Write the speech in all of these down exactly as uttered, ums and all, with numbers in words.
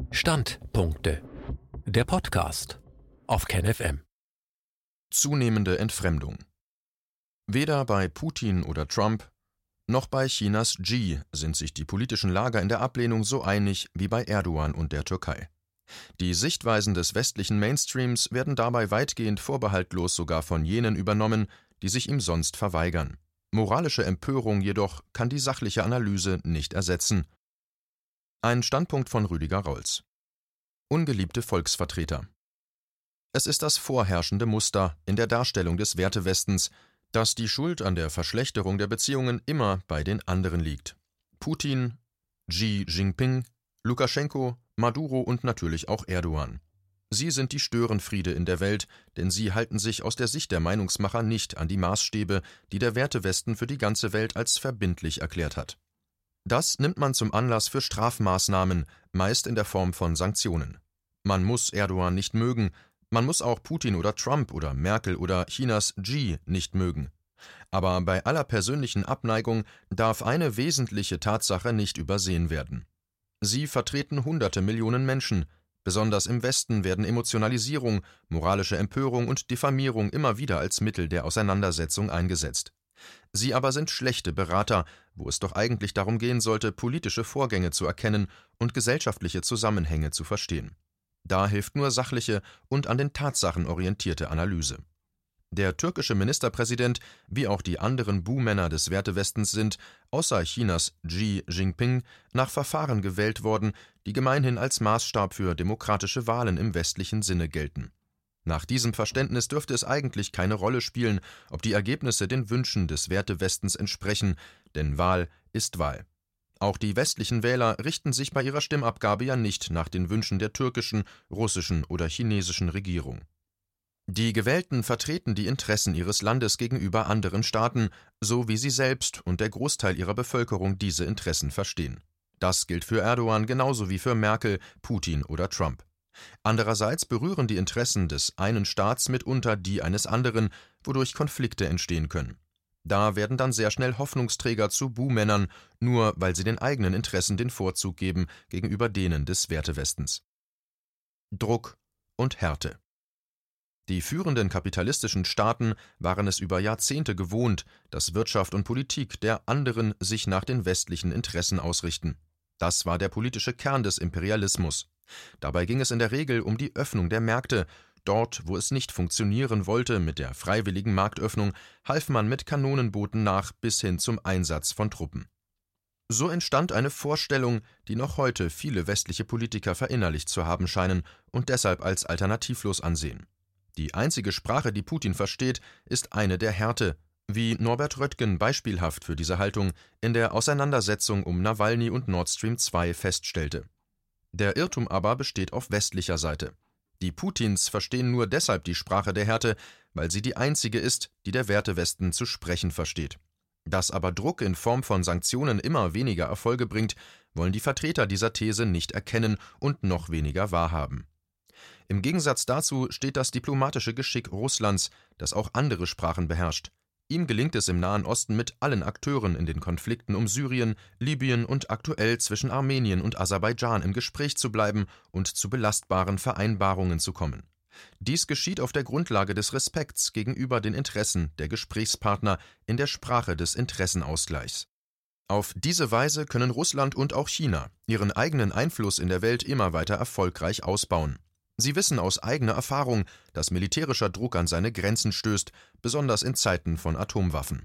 Standpunkte. Der Podcast auf KenFM. Zunehmende Entfremdung. Weder bei Putin oder Trump, noch bei Chinas Xi sind sich die politischen Lager in der Ablehnung so einig wie bei Erdogan und der Türkei. Die Sichtweisen des westlichen Mainstreams werden dabei weitgehend vorbehaltlos sogar von jenen übernommen, die sich ihm sonst verweigern. Moralische Empörung jedoch kann die sachliche Analyse nicht ersetzen. Ein Standpunkt von Rüdiger Rolls. Ungeliebte Volksvertreter. Es ist das vorherrschende Muster in der Darstellung des Wertewestens, dass die Schuld an der Verschlechterung der Beziehungen immer bei den anderen liegt. Putin, Xi Jinping, Lukaschenko, Maduro und natürlich auch Erdogan. Sie sind die Störenfriede in der Welt, denn sie halten sich aus der Sicht der Meinungsmacher nicht an die Maßstäbe, die der Wertewesten für die ganze Welt als verbindlich erklärt hat. Das nimmt man zum Anlass für Strafmaßnahmen, meist in der Form von Sanktionen. Man muss Erdogan nicht mögen, man muss auch Putin oder Trump oder Merkel oder Chinas Xi nicht mögen. Aber bei aller persönlichen Abneigung darf eine wesentliche Tatsache nicht übersehen werden. Sie vertreten hunderte Millionen Menschen. Besonders im Westen werden Emotionalisierung, moralische Empörung und Diffamierung immer wieder als Mittel der Auseinandersetzung eingesetzt. Sie aber sind schlechte Berater, wo es doch eigentlich darum gehen sollte, politische Vorgänge zu erkennen und gesellschaftliche Zusammenhänge zu verstehen. Da hilft nur sachliche und an den Tatsachen orientierte Analyse. Der türkische Ministerpräsident, wie auch die anderen Buhmänner des Wertewestens sind, außer Chinas Xi Jinping, nach Verfahren gewählt worden, die gemeinhin als Maßstab für demokratische Wahlen im westlichen Sinne gelten. Nach diesem Verständnis dürfte es eigentlich keine Rolle spielen, ob die Ergebnisse den Wünschen des Wertewestens entsprechen, denn Wahl ist Wahl. Auch die westlichen Wähler richten sich bei ihrer Stimmabgabe ja nicht nach den Wünschen der türkischen, russischen oder chinesischen Regierung. Die Gewählten vertreten die Interessen ihres Landes gegenüber anderen Staaten, so wie sie selbst und der Großteil ihrer Bevölkerung diese Interessen verstehen. Das gilt für Erdogan genauso wie für Merkel, Putin oder Trump. Andererseits berühren die Interessen des einen Staats mitunter die eines anderen, wodurch Konflikte entstehen können. Da werden dann sehr schnell Hoffnungsträger zu Buhmännern, nur weil sie den eigenen Interessen den Vorzug geben gegenüber denen des Wertewestens. Druck und Härte. Die führenden kapitalistischen Staaten waren es über Jahrzehnte gewohnt, dass Wirtschaft und Politik der anderen sich nach den westlichen Interessen ausrichten. Das war der politische Kern des Imperialismus. Dabei ging es in der Regel um die Öffnung der Märkte. Dort, wo es nicht funktionieren wollte mit der freiwilligen Marktöffnung, half man mit Kanonenbooten nach bis hin zum Einsatz von Truppen. So entstand eine Vorstellung, die noch heute viele westliche Politiker verinnerlicht zu haben scheinen und deshalb als alternativlos ansehen. Die einzige Sprache, die Putin versteht, ist eine der Härte, wie Norbert Röttgen beispielhaft für diese Haltung in der Auseinandersetzung um Nawalny und Nord Stream zwei feststellte. Der Irrtum aber besteht auf westlicher Seite. Die Putins verstehen nur deshalb die Sprache der Härte, weil sie die einzige ist, die der Wertewesten zu sprechen versteht. Dass aber Druck in Form von Sanktionen immer weniger Erfolge bringt, wollen die Vertreter dieser These nicht erkennen und noch weniger wahrhaben. Im Gegensatz dazu steht das diplomatische Geschick Russlands, das auch andere Sprachen beherrscht. Ihm gelingt es im Nahen Osten mit allen Akteuren in den Konflikten um Syrien, Libyen und aktuell zwischen Armenien und Aserbaidschan im Gespräch zu bleiben und zu belastbaren Vereinbarungen zu kommen. Dies geschieht auf der Grundlage des Respekts gegenüber den Interessen der Gesprächspartner in der Sprache des Interessenausgleichs. Auf diese Weise können Russland und auch China ihren eigenen Einfluss in der Welt immer weiter erfolgreich ausbauen. Sie wissen aus eigener Erfahrung, dass militärischer Druck an seine Grenzen stößt, besonders in Zeiten von Atomwaffen.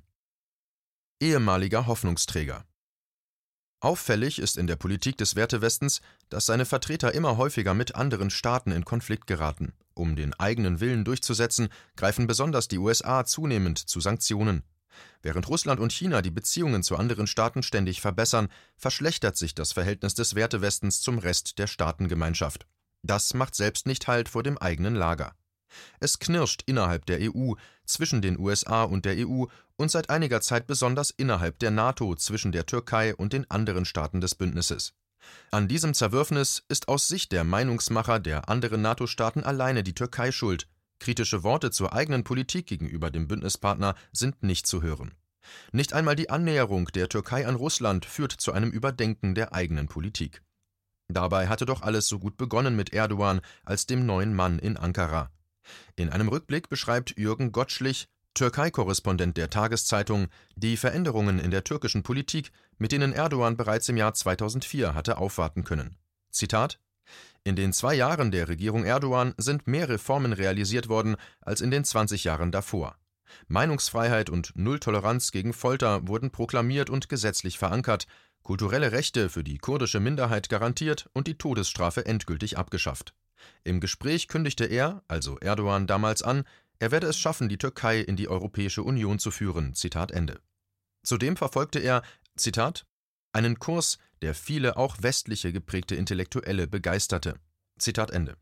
Ehemaliger Hoffnungsträger. Auffällig ist in der Politik des Wertewestens, dass seine Vertreter immer häufiger mit anderen Staaten in Konflikt geraten. Um den eigenen Willen durchzusetzen, greifen besonders die U S A zunehmend zu Sanktionen. Während Russland und China die Beziehungen zu anderen Staaten ständig verbessern, verschlechtert sich das Verhältnis des Wertewestens zum Rest der Staatengemeinschaft. Das macht selbst nicht Halt vor dem eigenen Lager. Es knirscht innerhalb der E U, zwischen den U S A und der E U und seit einiger Zeit besonders innerhalb der NATO zwischen der Türkei und den anderen Staaten des Bündnisses. An diesem Zerwürfnis ist aus Sicht der Meinungsmacher der anderen NATO-Staaten alleine die Türkei schuld. Kritische Worte zur eigenen Politik gegenüber dem Bündnispartner sind nicht zu hören. Nicht einmal die Annäherung der Türkei an Russland führt zu einem Überdenken der eigenen Politik. Dabei hatte doch alles so gut begonnen mit Erdogan als dem neuen Mann in Ankara. In einem Rückblick beschreibt Jürgen Gottschlich, Türkei-Korrespondent der Tageszeitung, die Veränderungen in der türkischen Politik, mit denen Erdogan bereits im Jahr zweitausendvier hatte aufwarten können. Zitat: In den zwei Jahren der Regierung Erdogan sind mehr Reformen realisiert worden als in den zwanzig Jahren davor. Meinungsfreiheit und Nulltoleranz gegen Folter wurden proklamiert und gesetzlich verankert, kulturelle Rechte für die kurdische Minderheit garantiert und die Todesstrafe endgültig abgeschafft. Im Gespräch kündigte er, also Erdogan, damals an, er werde es schaffen, die Türkei in die Europäische Union zu führen. Zitat Ende. Zudem verfolgte er, Zitat, einen Kurs, der viele auch westliche geprägte Intellektuelle begeisterte. Zitat Ende.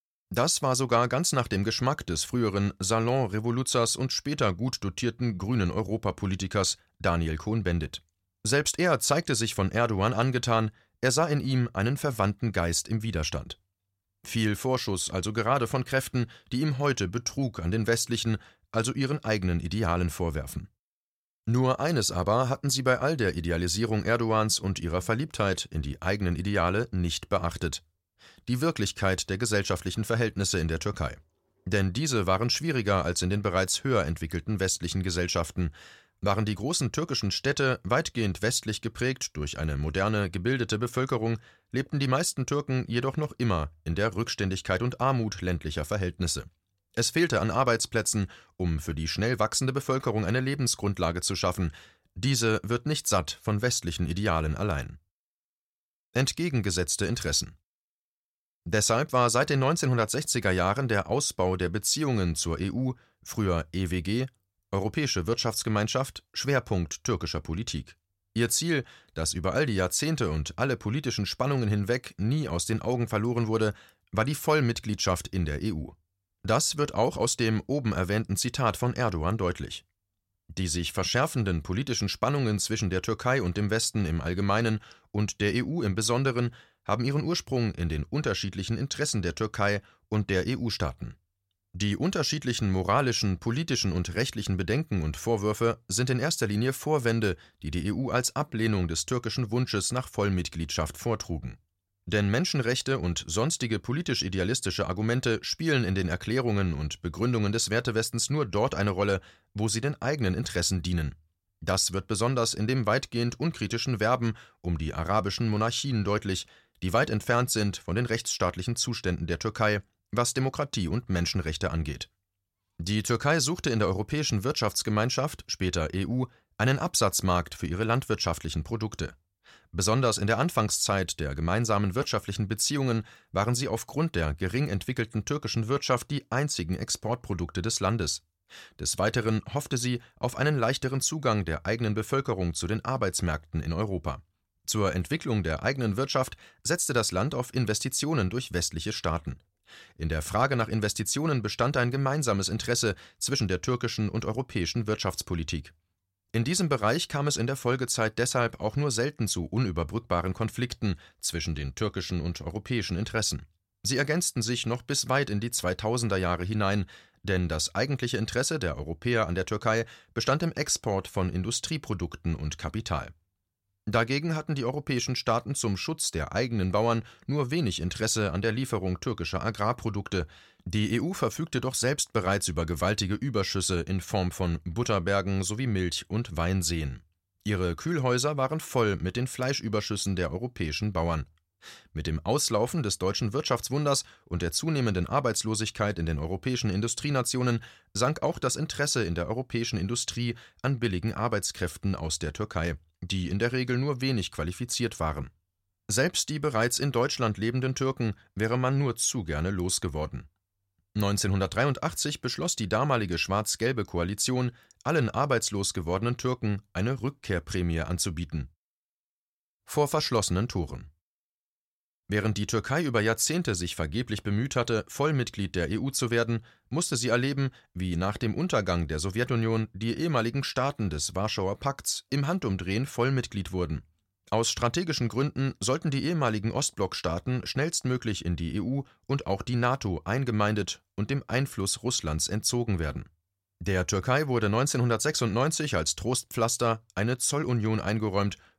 Das war sogar ganz nach dem Geschmack des früheren Salon-Revoluzers und später gut dotierten grünen Europapolitikers Daniel Cohn-Bendit. Selbst er zeigte sich von Erdogan angetan, er sah in ihm einen verwandten Geist im Widerstand. Viel Vorschuss also gerade von Kräften, die ihm heute Betrug an den westlichen, also ihren eigenen Idealen vorwerfen. Nur eines aber hatten sie bei all der Idealisierung Erdogans und ihrer Verliebtheit in die eigenen Ideale nicht beachtet: die Wirklichkeit der gesellschaftlichen Verhältnisse in der Türkei. Denn diese waren schwieriger als in den bereits höher entwickelten westlichen Gesellschaften. Waren die großen türkischen Städte weitgehend westlich geprägt durch eine moderne, gebildete Bevölkerung, lebten die meisten Türken jedoch noch immer in der Rückständigkeit und Armut ländlicher Verhältnisse. Es fehlte an Arbeitsplätzen, um für die schnell wachsende Bevölkerung eine Lebensgrundlage zu schaffen. Diese wird nicht satt von westlichen Idealen allein. Entgegengesetzte Interessen. Deshalb war seit den neunzehnhundertsechziger Jahren der Ausbau der Beziehungen zur E U, früher E W G, Europäische Wirtschaftsgemeinschaft, Schwerpunkt türkischer Politik. Ihr Ziel, das über all die Jahrzehnte und alle politischen Spannungen hinweg nie aus den Augen verloren wurde, war die Vollmitgliedschaft in der E U. Das wird auch aus dem oben erwähnten Zitat von Erdogan deutlich. Die sich verschärfenden politischen Spannungen zwischen der Türkei und dem Westen im Allgemeinen und der E U im Besonderen haben ihren Ursprung in den unterschiedlichen Interessen der Türkei und der E U-Staaten. Die unterschiedlichen moralischen, politischen und rechtlichen Bedenken und Vorwürfe sind in erster Linie Vorwände, die die E U als Ablehnung des türkischen Wunsches nach Vollmitgliedschaft vortrugen. Denn Menschenrechte und sonstige politisch-idealistische Argumente spielen in den Erklärungen und Begründungen des Wertewestens nur dort eine Rolle, wo sie den eigenen Interessen dienen. Das wird besonders in dem weitgehend unkritischen Werben um die arabischen Monarchien deutlich, die weit entfernt sind von den rechtsstaatlichen Zuständen der Türkei, was Demokratie und Menschenrechte angeht. Die Türkei suchte in der Europäischen Wirtschaftsgemeinschaft, später E U, einen Absatzmarkt für ihre landwirtschaftlichen Produkte. Besonders in der Anfangszeit der gemeinsamen wirtschaftlichen Beziehungen waren sie aufgrund der gering entwickelten türkischen Wirtschaft die einzigen Exportprodukte des Landes. Des Weiteren hoffte sie auf einen leichteren Zugang der eigenen Bevölkerung zu den Arbeitsmärkten in Europa. Zur Entwicklung der eigenen Wirtschaft setzte das Land auf Investitionen durch westliche Staaten. In der Frage nach Investitionen bestand ein gemeinsames Interesse zwischen der türkischen und europäischen Wirtschaftspolitik. In diesem Bereich kam es in der Folgezeit deshalb auch nur selten zu unüberbrückbaren Konflikten zwischen den türkischen und europäischen Interessen. Sie ergänzten sich noch bis weit in die zweitausender Jahre hinein, denn das eigentliche Interesse der Europäer an der Türkei bestand im Export von Industrieprodukten und Kapital. Dagegen hatten die europäischen Staaten zum Schutz der eigenen Bauern nur wenig Interesse an der Lieferung türkischer Agrarprodukte. Die E U verfügte doch selbst bereits über gewaltige Überschüsse in Form von Butterbergen sowie Milch- und Weinseen. Ihre Kühlhäuser waren voll mit den Fleischüberschüssen der europäischen Bauern. Mit dem Auslaufen des deutschen Wirtschaftswunders und der zunehmenden Arbeitslosigkeit in den europäischen Industrienationen sank auch das Interesse in der europäischen Industrie an billigen Arbeitskräften aus der Türkei, die in der Regel nur wenig qualifiziert waren. Selbst die bereits in Deutschland lebenden Türken wäre man nur zu gerne losgeworden. neunzehnhundertdreiundachtzig beschloss die damalige schwarz-gelbe Koalition, allen arbeitslos gewordenen Türken eine Rückkehrprämie anzubieten. Vor verschlossenen Toren. Während die Türkei über Jahrzehnte sich vergeblich bemüht hatte, Vollmitglied der E U zu werden, musste sie erleben, wie nach dem Untergang der Sowjetunion die ehemaligen Staaten des Warschauer Pakts im Handumdrehen Vollmitglied wurden. Aus strategischen Gründen sollten die ehemaligen Ostblockstaaten schnellstmöglich in die E U und auch die NATO eingemeindet und dem Einfluss Russlands entzogen werden. Der Türkei wurde neunzehnhundertsechsundneunzig als Trostpflaster eine Zollunion eingeräumt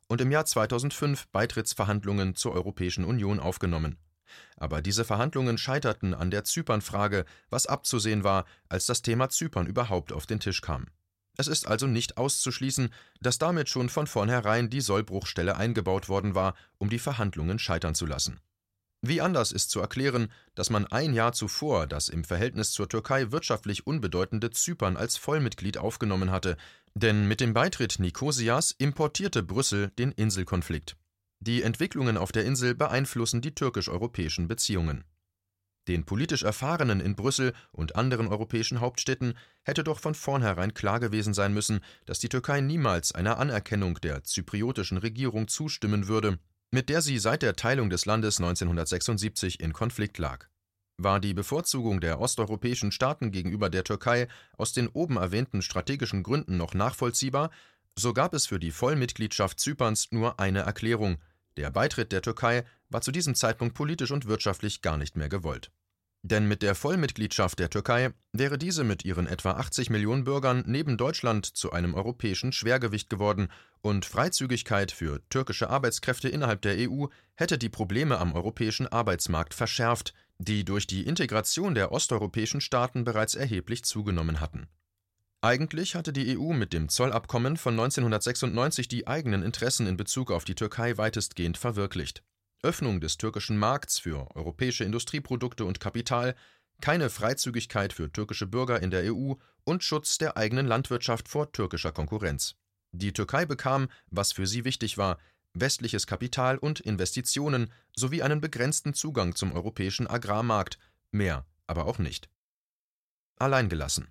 und im Jahr zweitausendfünf Beitrittsverhandlungen zur Europäischen Union aufgenommen. Aber diese Verhandlungen scheiterten an der Zypernfrage, was abzusehen war, als das Thema Zypern überhaupt auf den Tisch kam. Es ist also nicht auszuschließen, dass damit schon von vornherein die Sollbruchstelle eingebaut worden war, um die Verhandlungen scheitern zu lassen. Wie anders ist zu erklären, dass man ein Jahr zuvor das im Verhältnis zur Türkei wirtschaftlich unbedeutende Zypern als Vollmitglied aufgenommen hatte, denn mit dem Beitritt Nikosias importierte Brüssel den Inselkonflikt. Die Entwicklungen auf der Insel beeinflussen die türkisch-europäischen Beziehungen. Den politisch Erfahrenen in Brüssel und anderen europäischen Hauptstädten hätte doch von vornherein klar gewesen sein müssen, dass die Türkei niemals einer Anerkennung der zypriotischen Regierung zustimmen würde, mit der sie seit der Teilung des Landes neunzehnhundertsechsundsiebzig in Konflikt lag. War die Bevorzugung der osteuropäischen Staaten gegenüber der Türkei aus den oben erwähnten strategischen Gründen noch nachvollziehbar, so gab es für die Vollmitgliedschaft Zyperns nur eine Erklärung: Der Beitritt der Türkei war zu diesem Zeitpunkt politisch und wirtschaftlich gar nicht mehr gewollt. Denn mit der Vollmitgliedschaft der Türkei wäre diese mit ihren etwa achtzig Millionen Bürgern neben Deutschland zu einem europäischen Schwergewicht geworden, und Freizügigkeit für türkische Arbeitskräfte innerhalb der E U hätte die Probleme am europäischen Arbeitsmarkt verschärft, die durch die Integration der osteuropäischen Staaten bereits erheblich zugenommen hatten. Eigentlich hatte die E U mit dem Zollabkommen von neunzehnhundertsechsundneunzig die eigenen Interessen in Bezug auf die Türkei weitestgehend verwirklicht. Öffnung des türkischen Markts für europäische Industrieprodukte und Kapital, keine Freizügigkeit für türkische Bürger in der E U und Schutz der eigenen Landwirtschaft vor türkischer Konkurrenz. Die Türkei bekam, was für sie wichtig war, westliches Kapital und Investitionen sowie einen begrenzten Zugang zum europäischen Agrarmarkt, mehr aber auch nicht. Alleingelassen.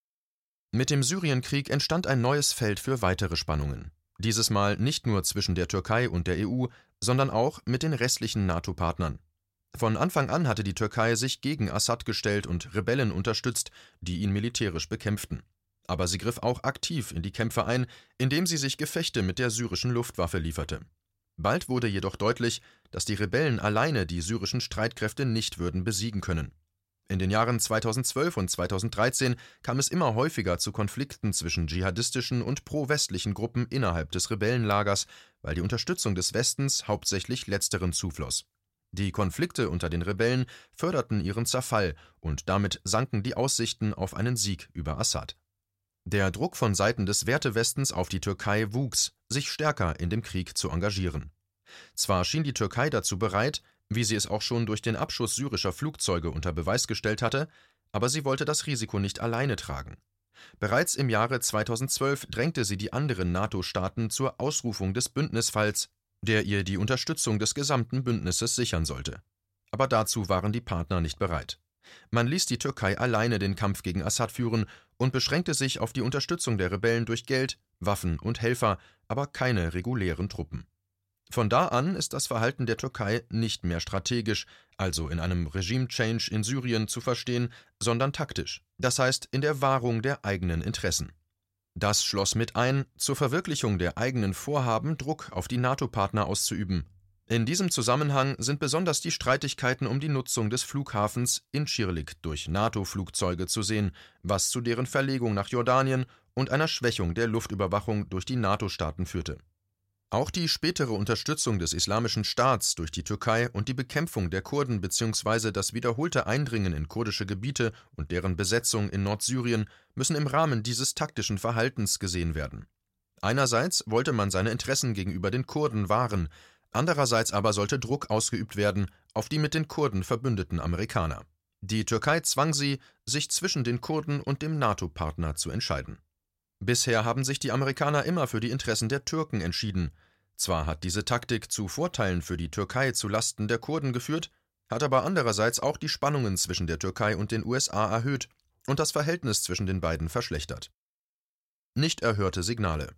Mit dem Syrienkrieg entstand ein neues Feld für weitere Spannungen. Dieses Mal nicht nur zwischen der Türkei und der E U, sondern auch mit den restlichen NATO-Partnern. Von Anfang an hatte die Türkei sich gegen Assad gestellt und Rebellen unterstützt, die ihn militärisch bekämpften. Aber sie griff auch aktiv in die Kämpfe ein, indem sie sich Gefechte mit der syrischen Luftwaffe lieferte. Bald wurde jedoch deutlich, dass die Rebellen alleine die syrischen Streitkräfte nicht würden besiegen können. In den Jahren zweitausendzwölf und zweitausenddreizehn kam es immer häufiger zu Konflikten zwischen dschihadistischen und pro-westlichen Gruppen innerhalb des Rebellenlagers, weil die Unterstützung des Westens hauptsächlich letzteren zufloss. Die Konflikte unter den Rebellen förderten ihren Zerfall und damit sanken die Aussichten auf einen Sieg über Assad. Der Druck von Seiten des Wertewestens auf die Türkei wuchs, sich stärker in dem Krieg zu engagieren. Zwar schien die Türkei dazu bereit, wie sie es auch schon durch den Abschuss syrischer Flugzeuge unter Beweis gestellt hatte, aber sie wollte das Risiko nicht alleine tragen. Bereits im Jahre zweitausendzwölf drängte sie die anderen NATO-Staaten zur Ausrufung des Bündnisfalls, der ihr die Unterstützung des gesamten Bündnisses sichern sollte. Aber dazu waren die Partner nicht bereit. Man ließ die Türkei alleine den Kampf gegen Assad führen und beschränkte sich auf die Unterstützung der Rebellen durch Geld, Waffen und Helfer, aber keine regulären Truppen. Von da an ist das Verhalten der Türkei nicht mehr strategisch, also in einem Regime-Change in Syrien zu verstehen, sondern taktisch, das heißt in der Wahrung der eigenen Interessen. Das schloss mit ein, zur Verwirklichung der eigenen Vorhaben Druck auf die NATO-Partner auszuüben. In diesem Zusammenhang sind besonders die Streitigkeiten um die Nutzung des Flughafens Incirlik durch NATO-Flugzeuge zu sehen, was zu deren Verlegung nach Jordanien und einer Schwächung der Luftüberwachung durch die NATO-Staaten führte. Auch die spätere Unterstützung des Islamischen Staats durch die Türkei und die Bekämpfung der Kurden bzw. das wiederholte Eindringen in kurdische Gebiete und deren Besetzung in Nordsyrien müssen im Rahmen dieses taktischen Verhaltens gesehen werden. Einerseits wollte man seine Interessen gegenüber den Kurden wahren, andererseits aber sollte Druck ausgeübt werden auf die mit den Kurden verbündeten Amerikaner. Die Türkei zwang sie, sich zwischen den Kurden und dem NATO-Partner zu entscheiden. Bisher haben sich die Amerikaner immer für die Interessen der Türken entschieden. Zwar hat diese Taktik zu Vorteilen für die Türkei zu Lasten der Kurden geführt, hat aber andererseits auch die Spannungen zwischen der Türkei und den U S A erhöht und das Verhältnis zwischen den beiden verschlechtert. Nicht erhörte Signale.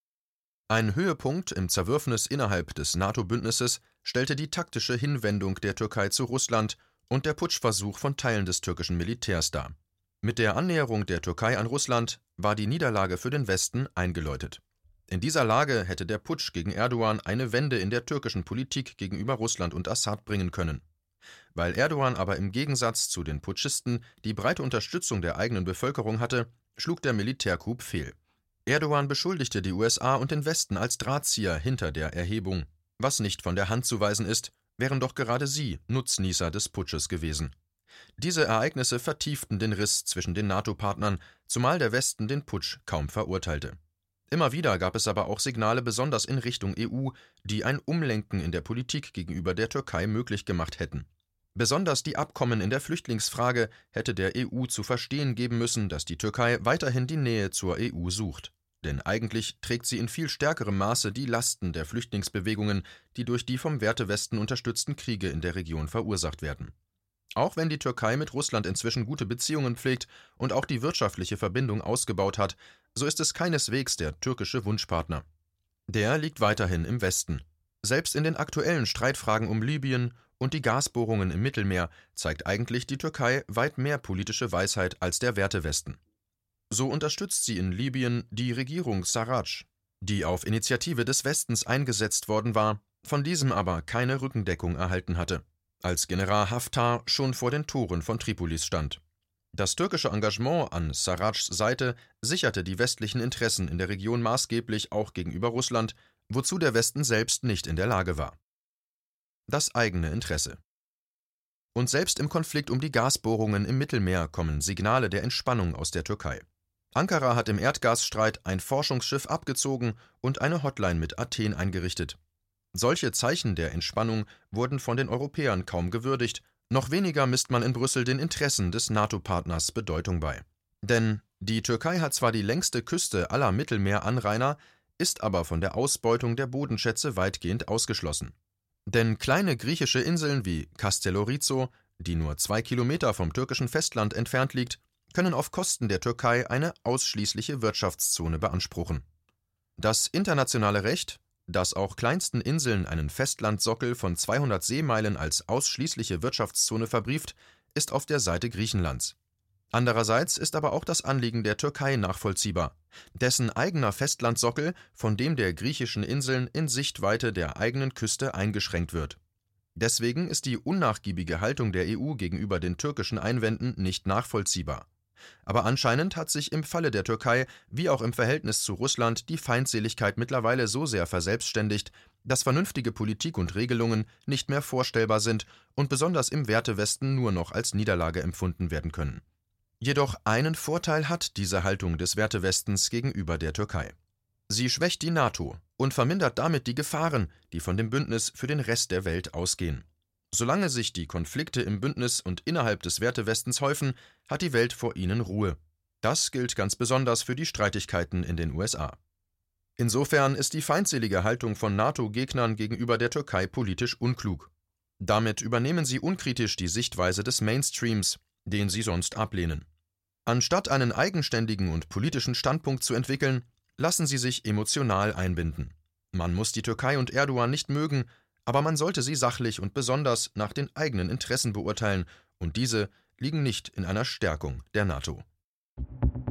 Ein Höhepunkt im Zerwürfnis innerhalb des NATO-Bündnisses stellte die taktische Hinwendung der Türkei zu Russland und der Putschversuch von Teilen des türkischen Militärs dar. Mit der Annäherung der Türkei an Russland war die Niederlage für den Westen eingeläutet. In dieser Lage hätte der Putsch gegen Erdogan eine Wende in der türkischen Politik gegenüber Russland und Assad bringen können. Weil Erdogan aber im Gegensatz zu den Putschisten die breite Unterstützung der eigenen Bevölkerung hatte, schlug der Militärcoup fehl. Erdogan beschuldigte die U S A und den Westen als Drahtzieher hinter der Erhebung, was nicht von der Hand zu weisen ist, wären doch gerade sie Nutznießer des Putsches gewesen. Diese Ereignisse vertieften den Riss zwischen den NATO-Partnern, zumal der Westen den Putsch kaum verurteilte. Immer wieder gab es aber auch Signale besonders in Richtung E U, die ein Umlenken in der Politik gegenüber der Türkei möglich gemacht hätten. Besonders die Abkommen in der Flüchtlingsfrage hätte der E U zu verstehen geben müssen, dass die Türkei weiterhin die Nähe zur E U sucht. Denn eigentlich trägt sie in viel stärkerem Maße die Lasten der Flüchtlingsbewegungen, die durch die vom Wertewesten unterstützten Kriege in der Region verursacht werden. Auch wenn die Türkei mit Russland inzwischen gute Beziehungen pflegt und auch die wirtschaftliche Verbindung ausgebaut hat, so ist es keineswegs der türkische Wunschpartner. Der liegt weiterhin im Westen. Selbst in den aktuellen Streitfragen um Libyen und die Gasbohrungen im Mittelmeer zeigt eigentlich die Türkei weit mehr politische Weisheit als der Wertewesten. So unterstützt sie in Libyen die Regierung Sarraj, die auf Initiative des Westens eingesetzt worden war, von diesem aber keine Rückendeckung erhalten hatte, als General Haftar schon vor den Toren von Tripolis stand. Das türkische Engagement an Sarrajs Seite sicherte die westlichen Interessen in der Region maßgeblich auch gegenüber Russland, wozu der Westen selbst nicht in der Lage war. Das eigene Interesse. Und selbst im Konflikt um die Gasbohrungen im Mittelmeer kommen Signale der Entspannung aus der Türkei. Ankara hat im Erdgasstreit ein Forschungsschiff abgezogen und eine Hotline mit Athen eingerichtet. Solche Zeichen der Entspannung wurden von den Europäern kaum gewürdigt, noch weniger misst man in Brüssel den Interessen des NATO-Partners Bedeutung bei. Denn die Türkei hat zwar die längste Küste aller Mittelmeeranrainer, ist aber von der Ausbeutung der Bodenschätze weitgehend ausgeschlossen. Denn kleine griechische Inseln wie Castellorizo, die nur zwei Kilometer vom türkischen Festland entfernt liegt, können auf Kosten der Türkei eine ausschließliche Wirtschaftszone beanspruchen. Das internationale Recht, das auch kleinsten Inseln einen Festlandsockel von zweihundert Seemeilen als ausschließliche Wirtschaftszone verbrieft, ist auf der Seite Griechenlands. Andererseits ist aber auch das Anliegen der Türkei nachvollziehbar. Dessen eigener Festlandsockel von dem der griechischen Inseln in Sichtweite der eigenen Küste eingeschränkt wird. Deswegen ist die unnachgiebige Haltung der E U gegenüber den türkischen Einwänden nicht nachvollziehbar. Aber anscheinend hat sich im Falle der Türkei, wie auch im Verhältnis zu Russland, die Feindseligkeit mittlerweile so sehr verselbstständigt, dass vernünftige Politik und Regelungen nicht mehr vorstellbar sind und besonders im Wertewesten nur noch als Niederlage empfunden werden können. Jedoch einen Vorteil hat diese Haltung des Wertewestens gegenüber der Türkei. Sie schwächt die NATO und vermindert damit die Gefahren, die von dem Bündnis für den Rest der Welt ausgehen. Solange sich die Konflikte im Bündnis und innerhalb des Wertewestens häufen, hat die Welt vor ihnen Ruhe. Das gilt ganz besonders für die Streitigkeiten in den U S A. Insofern ist die feindselige Haltung von NATO-Gegnern gegenüber der Türkei politisch unklug. Damit übernehmen sie unkritisch die Sichtweise des Mainstreams, den sie sonst ablehnen. Anstatt einen eigenständigen und politischen Standpunkt zu entwickeln, lassen sie sich emotional einbinden. Man muss die Türkei und Erdogan nicht mögen, aber man sollte sie sachlich und besonders nach den eigenen Interessen beurteilen, und diese liegen nicht in einer Stärkung der NATO.